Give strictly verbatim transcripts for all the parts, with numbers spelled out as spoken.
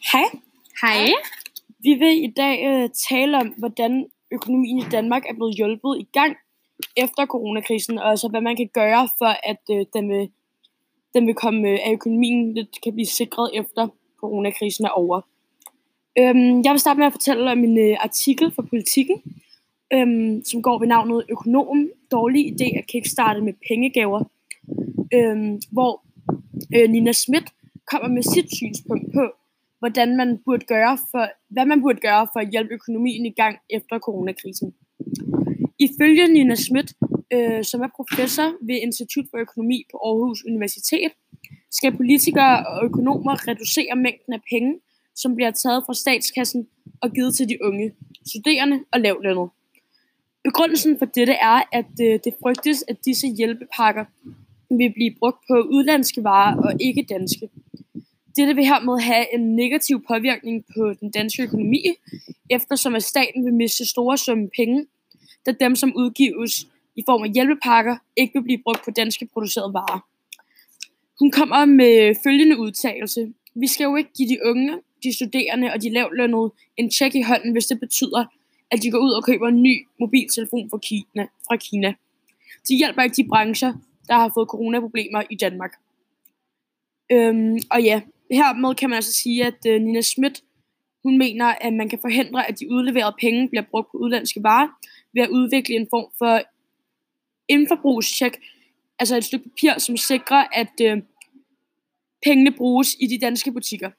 Hej. Hej. Vi vil i dag øh, tale om, hvordan økonomien i Danmark er blevet hjulpet i gang efter coronakrisen, og altså hvad man kan gøre for, at øh, den, vil, den vil komme, øh, at økonomien lidt kan blive sikret efter coronakrisen er over. Øhm, jeg vil starte med at fortælle om en øh, artikel fra Politiken, øhm, som går ved navnet Økonom. Dårlig idé at kickstarte med pengegaver, øhm, hvor øh, Nina Smith kommer med sit synspunkt på, hvordan man burde gøre for, hvad man burde gøre for at hjælpe økonomien i gang efter coronakrisen. Ifølge Nina Smith, øh, som er professor ved Institut for Økonomi på Aarhus Universitet, skal politikere og økonomer reducere mængden af penge, som bliver taget fra statskassen og givet til de unge, studerende og lavtlønnede. Begrundelsen for dette er, at øh, det frygtes, at disse hjælpepakker vil blive brugt på udenlandske varer og ikke danske. Dette vil hermed have en negativ påvirkning på den danske økonomi, eftersom at staten vil miste store summer penge, da dem, som udgives i form af hjælpepakker, ikke vil blive brugt på danske producerede varer. Hun kommer med følgende udtalelse: Vi skal jo ikke give de unge, de studerende og de lavtlønnede en check i hånden, hvis det betyder, at de går ud og køber en ny mobiltelefon fra Kina. Fra Kina. De hjælper ikke de brancher, der har fået coronaproblemer i Danmark. Øhm, og ja, hermed kan man altså sige, at uh, Nina Smith, hun mener, at man kan forhindre, at de udleverede penge bliver brugt på udenlandske varer, ved at udvikle en form for indforbrugscheck, altså et stykke papir, som sikrer, at uh, pengene bruges i de danske butikker.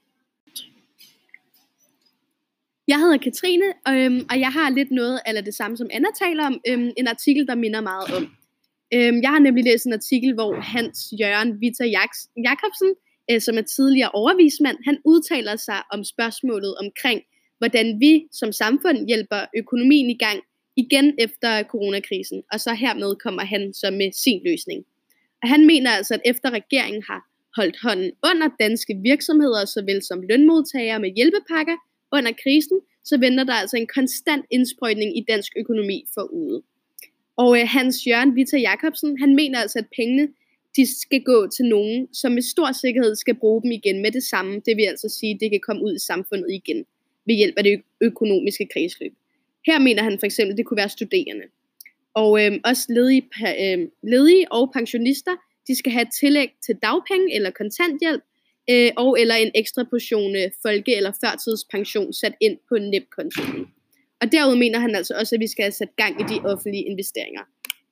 Jeg hedder Katrine, øhm, og jeg har lidt noget eller det samme, som Anna taler om, øhm, en artikel, der minder meget om. Øhm, jeg har nemlig læst en artikel, hvor Hans Jørgen Vita Jacobsen, øh, som er tidligere overvismand, han udtaler sig om spørgsmålet omkring, hvordan vi som samfund hjælper økonomien i gang igen efter coronakrisen, og så hermed kommer han så med sin løsning. Og han mener altså, at efter regeringen har holdt hånden under danske virksomheder, såvel som lønmodtagere med hjælpepakker under krisen, så venter der altså en konstant indsprøjtning i dansk økonomi forude. Og øh, Hans Jørgen Vita Jacobsen, han mener altså, at pengene de skal gå til nogen, som med stor sikkerhed skal bruge dem igen med det samme. Det vil altså sige, at det kan komme ud i samfundet igen ved hjælp af det ø- økonomiske kredsløb. Her mener han for eksempel, at det kunne være studerende. Og øh, også ledige, øh, ledige og pensionister, de skal have et tillæg til dagpenge eller kontanthjælp, øh, og eller en ekstra portion øh, folke- eller førtidspension sat ind på en NemKonto. Og derudover mener han altså også, at vi skal have sat gang i de offentlige investeringer.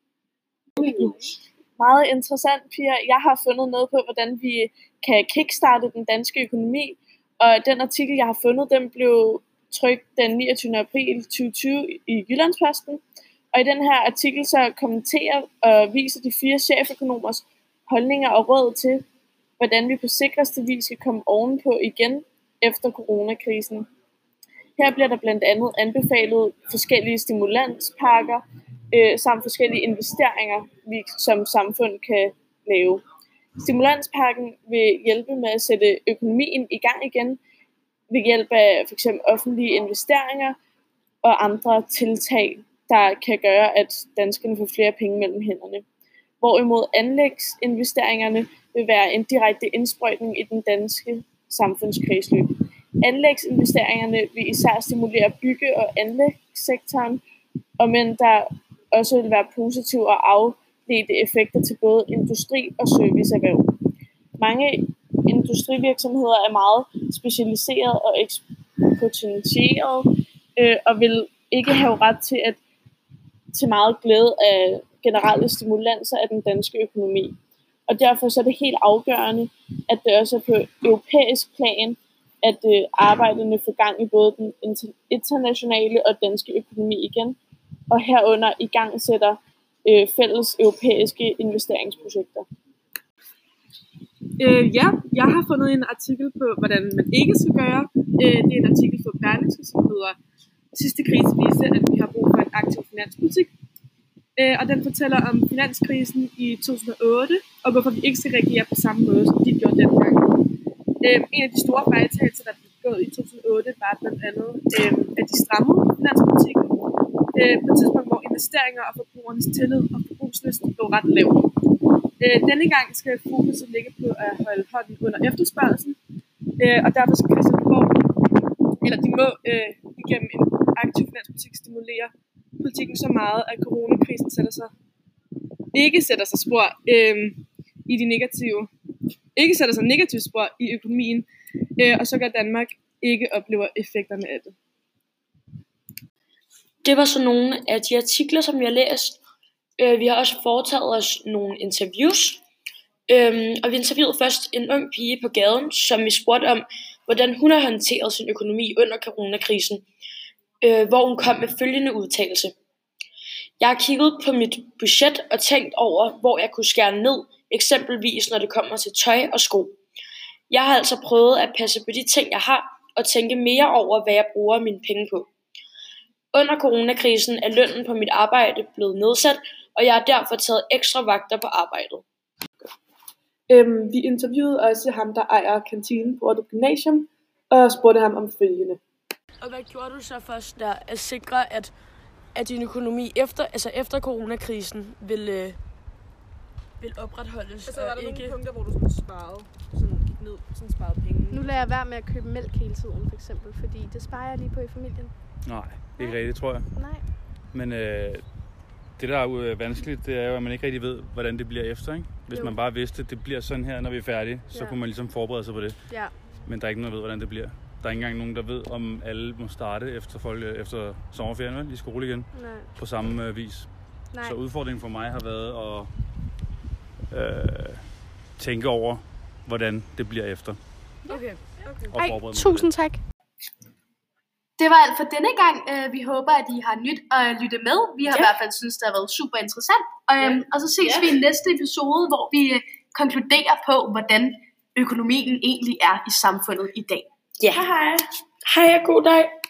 Meget interessant, Pia. Jeg har fundet noget på, hvordan vi kan kickstarte den danske økonomi. Og den artikel, jeg har fundet, den blev trykt den niogtyvende april tyve tyve i Jyllandsposten. Og i den her artikel så kommenterer og viser de fire cheføkonomers holdninger og råd til, hvordan vi på sikreste vis skal komme ovenpå igen efter coronakrisen. Her bliver der blandt andet anbefalet forskellige stimulanspakker øh, samt forskellige investeringer, vi som samfund kan lave. Stimulanspakken vil hjælpe med at sætte økonomien i gang igen ved hjælp af f.eks. offentlige investeringer og andre tiltag, der kan gøre, at danskerne får flere penge mellem hænderne. Hvorimod anlægsinvesteringerne vil være en direkte indsprøjtning i den danske samfundskredsløb. Anlægsinvesteringerne vil især stimulere bygge- og anlægssektoren, og men der også vil være positive og afledte effekter til både industri- og serviceerhverv. Mange industrivirksomheder er meget specialiseret og eksponentieret, øh, og vil ikke have ret til at til meget glæde af generelle stimulanser af den danske økonomi. Og derfor så er det helt afgørende, at det også er på europæisk plan, at øh, arbejderne får gang i både den internationale og danske økonomi igen, og herunder i gang sætter øh, fælles europæiske investeringsprojekter. Øh, ja, jeg har fundet en artikel på, hvordan man ikke skal gøre. Øh, det er en artikel fra Berlingske, som hedder Sidste krise viste, at vi har brug for en aktiv finanspolitik. Øh, og den fortæller om finanskrisen i to tusind og otte, og hvorfor vi ikke skal reagere på samme måde, som de gjorde dengang. Øh, en af de store fejltagelser, der blev gået i to tusind og otte, var blandt andet, øh, at de strammede finanspolitikken øh, på et tidspunkt, hvor investeringer og forbrugernes tillid og forbrugslyst lå ret lavt. Øh, denne gang skal fokuset ligge på at holde hånden under efterspørgselen, øh, og derfor skal Christiansborg eller de må øh, igennem en aktiv finanspolitik stimulere politikken så meget, at coronakrisen sætter sig, ikke sætter sig spor øh, i de negative, ikke sætter sig negative spor i økonomien, øh, og så gør Danmark ikke oplever effekterne af det. Det var så nogle af de artikler, som jeg har læst. Vi har også foretaget os nogle interviews. Og vi interviewede først en ung pige på gaden, som vi spurgte om, hvordan hun har håndteret sin økonomi under coronakrisen. Hvor hun kom med følgende udtalelse. Jeg har kigget på mit budget og tænkt over, hvor jeg kunne skære ned, eksempelvis når det kommer til tøj og sko. Jeg har altså prøvet at passe på de ting, jeg har, og tænke mere over, hvad jeg bruger mine penge på. Under coronakrisen er lønnen på mit arbejde blevet nedsat, og jeg har derfor taget ekstra vagter på arbejdet. Øhm, vi interviewede også ham, der ejer kantinen på Ordrup Gymnasium, og spurgte ham om følgende. Og hvad gjorde du så først der at sikre, at, at din økonomi efter, altså efter coronakrisen vil, øh, vil opretholdes? Altså var der ikke... nogle punkter, hvor du sådan sparede, sådan gik ned, sådan sparede penge? Nu lader jeg være med at købe mælk hele tiden, for eksempel, fordi det sparer jeg lige på i familien. Nej, ikke rigtigt, tror jeg. Nej. Men øh, det, der er vanskeligt, det er jo, at man ikke rigtig ved, hvordan det bliver efter, ikke? Hvis jo. Man bare vidste, at det bliver sådan her, når vi er færdige, så ja. Kunne man ligesom forberede sig på det. Ja. Men der er ikke nogen, der ved, hvordan det bliver. Der er ikke engang nogen, der ved, om alle må starte efter, folk, efter sommerferien, vel? I skole igen. Nej. På samme øh, vis. Nej. Så udfordringen for mig har været at øh, tænke over, hvordan det bliver efter. Okay. Okay. Ej, tusind tak. Det var alt for denne gang. Vi håber, at I har nyt at lytte med. Vi har ja. I hvert fald synes, det har været super interessant. Og, ja. og så ses ja. vi i næste episode, hvor vi konkluderer på, hvordan økonomien egentlig er i samfundet i dag. Ja. Hej hej. Hej og god dag.